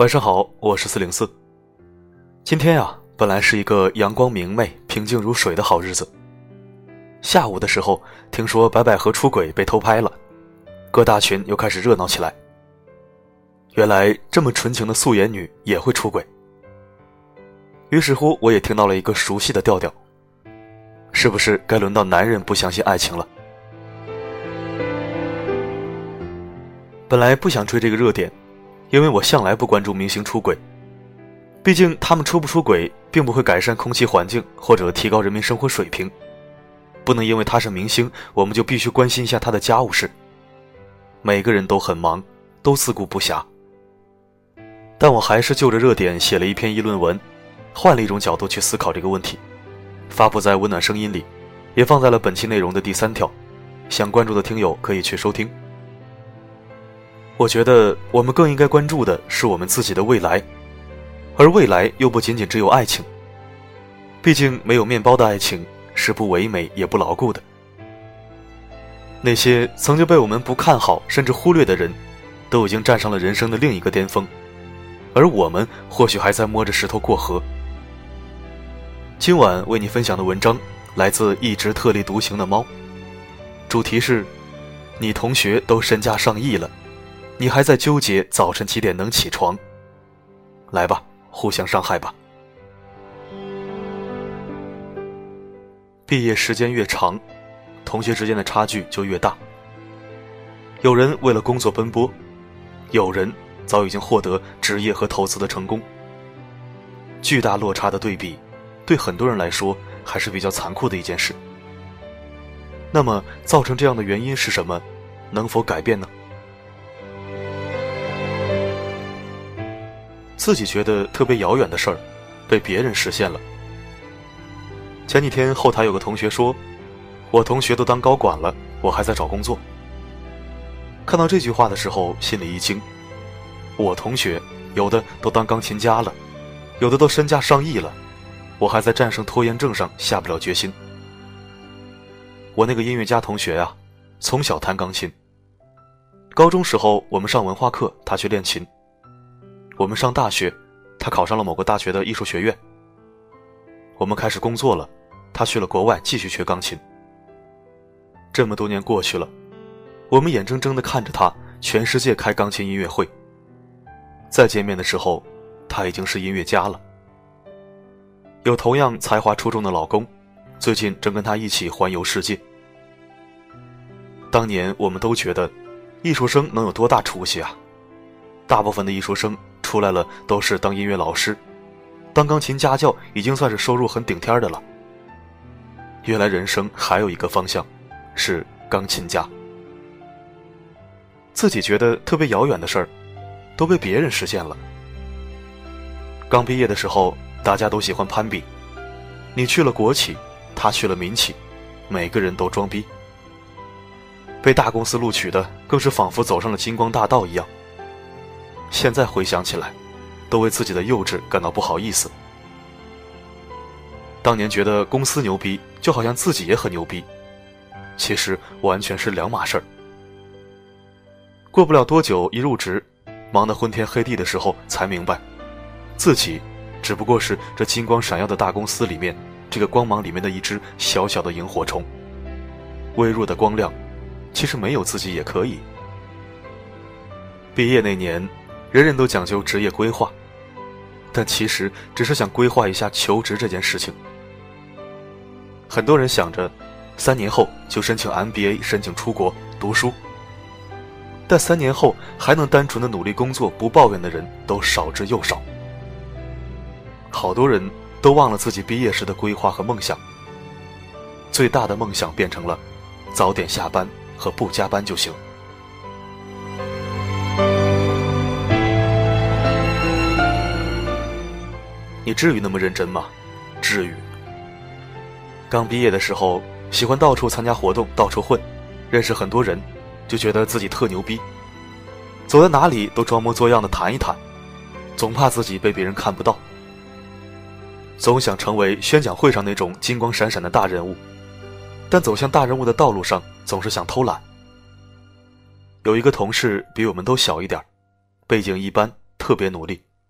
晚上好，我是404。今天啊，本来是一个阳光明媚、平静如水的好日子。下午的时候，听说白百合出轨被偷拍了，各大群又开始热闹起来。原来这么纯情的素颜女也会出轨。于是乎，我也听到了一个熟悉的调调，是不是该轮到男人不相信爱情了？本来不想追这个热点，因为我向来不关注明星出轨，毕竟他们出不出轨并不会改善空气环境或者提高人民生活水平，不能因为他是明星我们就必须关心一下他的家务事。每个人都很忙，都自顾不暇，但我还是就着热点写了一篇议论文，换了一种角度去思考这个问题，发布在温暖声音里，也放在了本期内容的第3条，想关注的听友可以去收听。我觉得我们更应该关注的是我们自己的未来，而未来又不仅仅只有爱情，毕竟没有面包的爱情是不唯美也不牢固的。那些曾经被我们不看好甚至忽略的人，都已经站上了人生的另一个巅峰，而我们或许还在摸着石头过河。今晚为你分享的文章来自一直特立独行的猫，主题是你同学都身价上亿了，你还在纠结早晨几点能起床？来吧，互相伤害吧。毕业时间越长，同学之间的差距就越大。有人为了工作奔波，有人早已经获得职业和投资的成功。巨大落差的对比，对很多人来说还是比较残酷的一件事。那么造成这样的原因是什么？能否改变呢？自己觉得特别遥远的事儿，被别人实现了。前几天后台有个同学说，我同学都当高管了，我还在找工作。看到这句话的时候，心里一惊。我同学有的都当钢琴家了，有的都身价上亿了，我还在战胜拖延症上下不了决心。我那个音乐家同学啊，从小弹钢琴。高中时候我们上文化课，他去练琴。我们上大学，他考上了某个大学的艺术学院。我们开始工作了，他去了国外继续学钢琴。这么多年过去了，我们眼睁睁地看着他全世界开钢琴音乐会。再见面的时候，他已经是音乐家了。有同样才华出众的老公，最近正跟他一起环游世界。当年我们都觉得艺术生能有多大出息啊？大部分的艺术生出来了都是当音乐老师，当钢琴家教已经算是收入很顶天的了。原来人生还有一个方向，是钢琴家。自己觉得特别遥远的事儿，都被别人实现了。刚毕业的时候，大家都喜欢攀比，你去了国企，他去了民企，每个人都装逼。被大公司录取的更是仿佛走上了金光大道一样。现在回想起来，都为自己的幼稚感到不好意思。当年觉得公司牛逼，就好像自己也很牛逼，其实完全是两码事儿。过不了多久，一入职，忙得昏天黑地的时候，才明白，自己只不过是这金光闪耀的大公司里面，这个光芒里面的一只小小的萤火虫。微弱的光亮，其实没有自己也可以。毕业那年，人人都讲究职业规划，但其实只是想规划一下求职这件事情。很多人想着3年后就申请 MBA， 申请出国读书，但3年后还能单纯的努力工作不抱怨的人都少之又少。好多人都忘了自己毕业时的规划和梦想，最大的梦想变成了早点下班和不加班就行。你至于那么认真吗？至于。刚毕业的时候，喜欢到处参加活动，到处混，认识很多人，就觉得自己特牛逼，走在哪里都装模作样的谈一谈，总怕自己被别人看不到，总想成为宣讲会上那种金光闪闪的大人物，但走向大人物的道路上总是想偷懒。有一个同事比我们都小一点，背景一般，特别努力，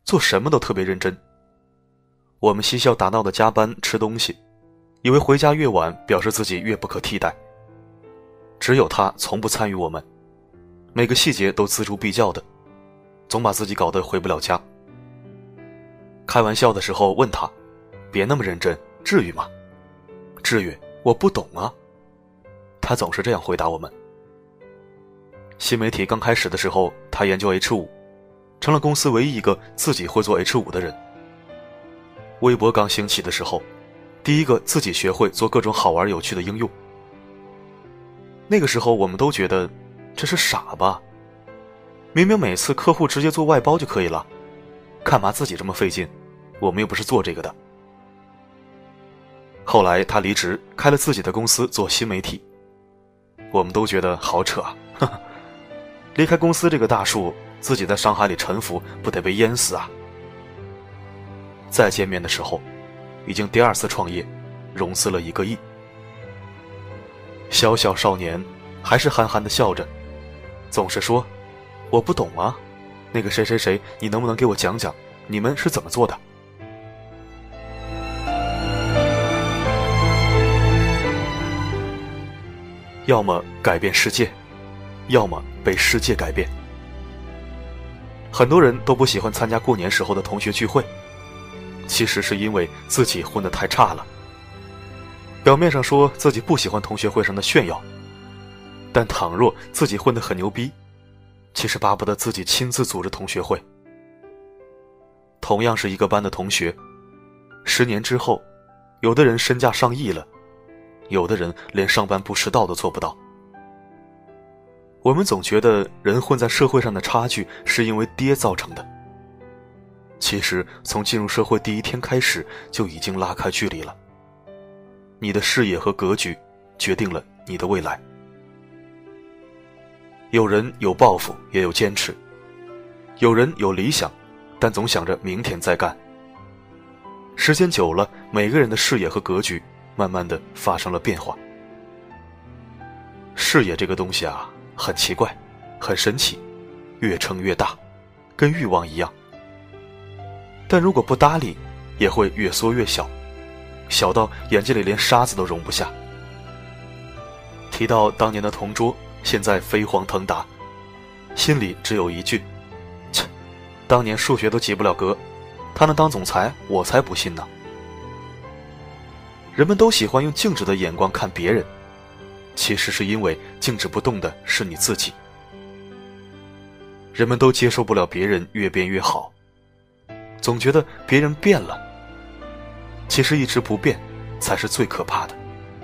做什么都特别认真。我们嬉笑打闹的加班吃东西，以为回家越晚表示自己越不可替代。只有他从不参与我们，每个细节都锱铢必较的，总把自己搞得回不了家。开玩笑的时候问他，别那么认真，至于吗？至于，我不懂啊。他总是这样回答我们。新媒体刚开始的时候，他研究 H5， 成了公司唯一一个自己会做 H5 的人。微博刚兴起的时候，第一个自己学会做各种好玩有趣的应用。那个时候我们都觉得这是傻吧，明明每次客户直接做外包就可以了，干嘛自己这么费劲？我们又不是做这个的。后来他离职，开了自己的公司做新媒体，我们都觉得好扯啊，呵呵，离开公司这个大树，自己在商海里沉浮，不得被淹死啊。再见面的时候，已经第二次创业，融资了1个亿。小小少年还是憨憨地笑着，总是说我不懂啊，那个谁谁谁，你能不能给我讲讲你们是怎么做的？要么改变世界，要么被世界改变。很多人都不喜欢参加过年时候的同学聚会，其实是因为自己混得太差了。表面上说自己不喜欢同学会上的炫耀，但倘若自己混得很牛逼，其实巴不得自己亲自组织同学会。同样是一个班的同学，10年之后，有的人身价上亿了，有的人连上班不迟到都做不到。我们总觉得人混在社会上的差距是因为爹造成的，其实从进入社会第一天开始就已经拉开距离了。你的视野和格局决定了你的未来。有人有抱负，也有坚持；有人有理想，但总想着明天再干。时间久了，每个人的视野和格局慢慢的发生了变化。视野这个东西啊，很奇怪，很神奇，越撑越大，跟欲望一样。但如果不搭理，也会越缩越小，小到眼睛里连沙子都容不下。提到当年的同桌，现在飞黄腾达，心里只有一句：切，当年数学都及不了格，他能当总裁，我才不信呢。人们都喜欢用静止的眼光看别人，其实是因为静止不动的是你自己。人们都接受不了别人越变越好，总觉得别人变了，其实一直不变才是最可怕的。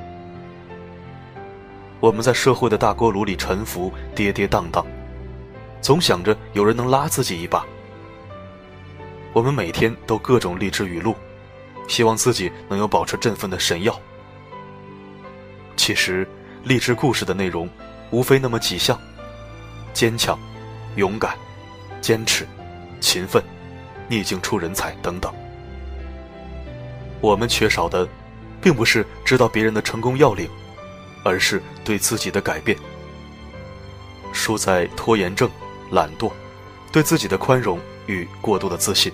我们在社会的大锅炉里沉浮，跌跌宕宕，总想着有人能拉自己一把。我们每天都各种励志语录，希望自己能有保持振奋的神药。其实励志故事的内容无非那么几项：坚强、勇敢、坚持、勤奋、逆境出人才等等。我们缺少的并不是知道别人的成功要领，而是对自己的改变。输在拖延症、懒惰，对自己的宽容与过度的自信。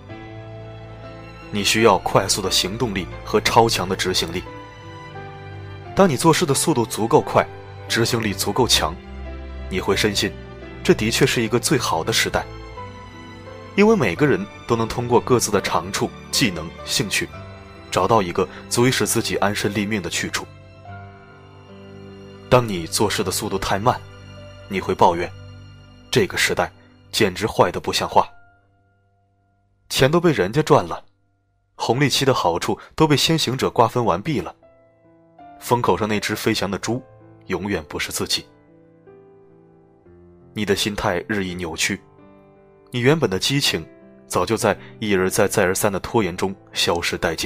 你需要快速的行动力和超强的执行力。当你做事的速度足够快，执行力足够强，你会深信这的确是一个最好的时代。因为每个人都能通过各自的长处、技能、兴趣，找到一个足以使自己安身立命的去处。当你做事的速度太慢，你会抱怨这个时代简直坏得不像话。钱都被人家赚了，红利期的好处都被先行者瓜分完毕了，风口上那只飞翔的猪永远不是自己。你的心态日益扭曲，你原本的激情早就在一而再再而三的拖延中消失殆尽。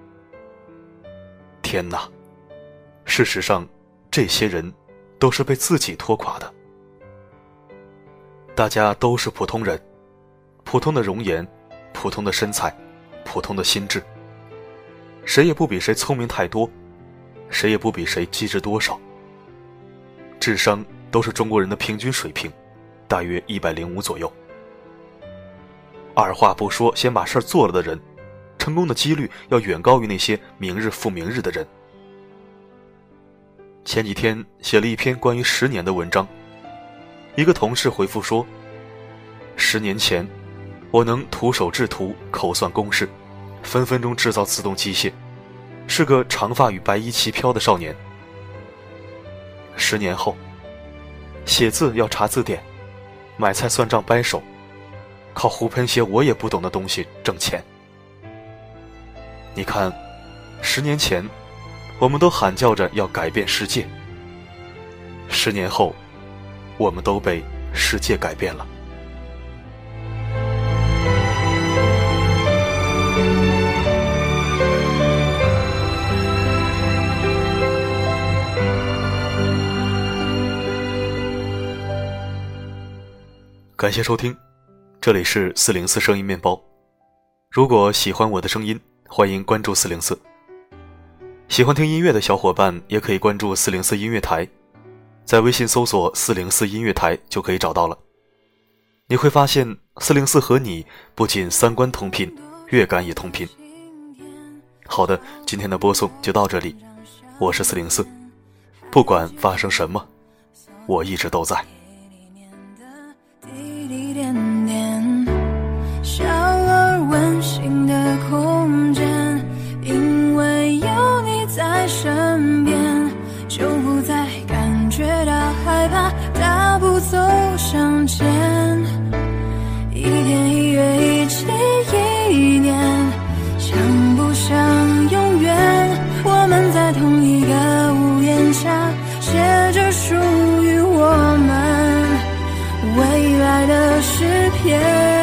天哪，事实上这些人都是被自己拖垮的。大家都是普通人，普通的容颜，普通的身材，普通的心智，谁也不比谁聪明太多，谁也不比谁机智多少。智商都是中国人的平均水平，大约105左右。 二话不说先把事儿做了的人，成功的几率要远高于那些明日复明日的人。前几天写了一篇关于10年的文章，一个同事回复说，10年前我能徒手制图，口算公式，分分钟制造自动机械，是个长发与白衣齐飘的少年。10年后，写字要查字典，买菜算账掰手，靠胡喷些我也不懂的东西挣钱。你看，10年前我们都喊叫着要改变世界，10年后我们都被世界改变了。感谢收听，这里是404声音面包。如果喜欢我的声音，欢迎关注404。喜欢听音乐的小伙伴也可以关注404音乐台，在微信搜索404音乐台就可以找到了。你会发现404和你不仅三观同频，乐感也同频。好的，今天的播送就到这里，我是404，不管发生什么，我一直都在。 小而温馨的空间，因为有你在身边，就不再感觉到害怕，大步走向前。一天一月一期一年，想不想永远，我们在同一个屋檐下，写着属于我们未来的诗篇。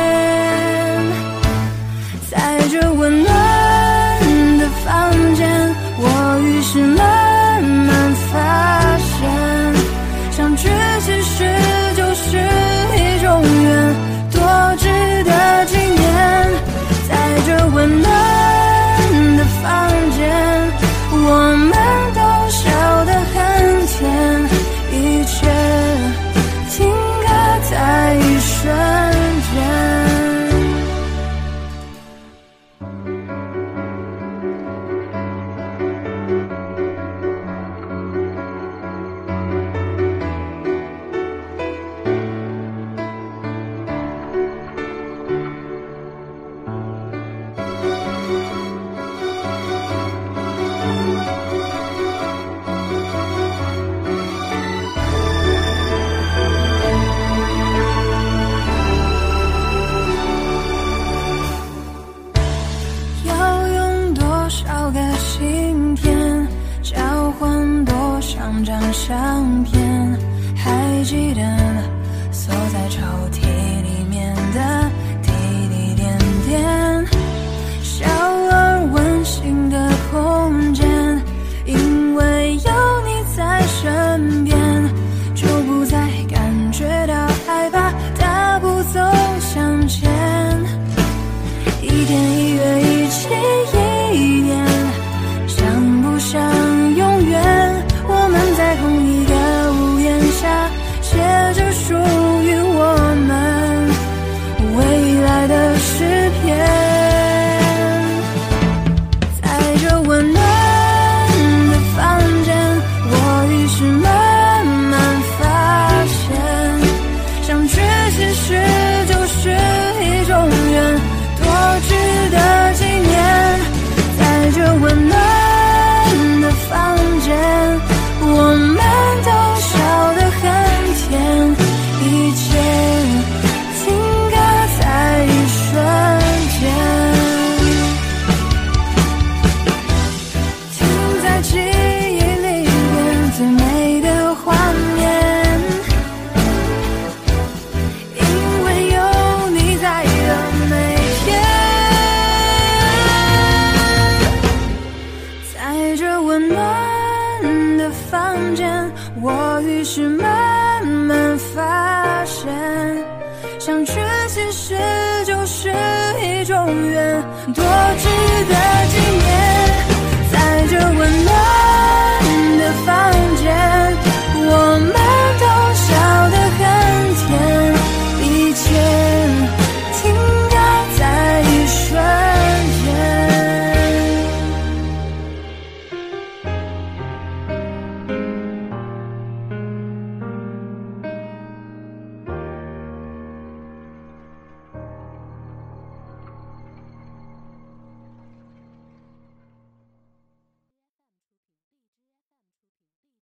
在这温暖的房间，我于是慢慢发现，相聚其实就是一种缘，多值得纪念。在这温暖的房间，我们都笑得很甜，一切停格在一瞬间。张相片，还记得锁在抽屉里面的滴滴点点，小而温馨的空间，因为有你在身边，就不再感觉到害怕，大步走向前。一天一月一期一年，想不想永远，我们在同一个屋檐下，写着属于我们未来的诗篇。在这温暖的房间，我于是慢慢发现，相聚其实就是一种缘，多值得纪念。在这温暖的房间，我们都笑得很甜，一切停格在一瞬间，停在记忆里面最美的画面，因为有你在的每天。在这温暖的房间，我于是慢慢发现，相聚其实就是一种缘，多值得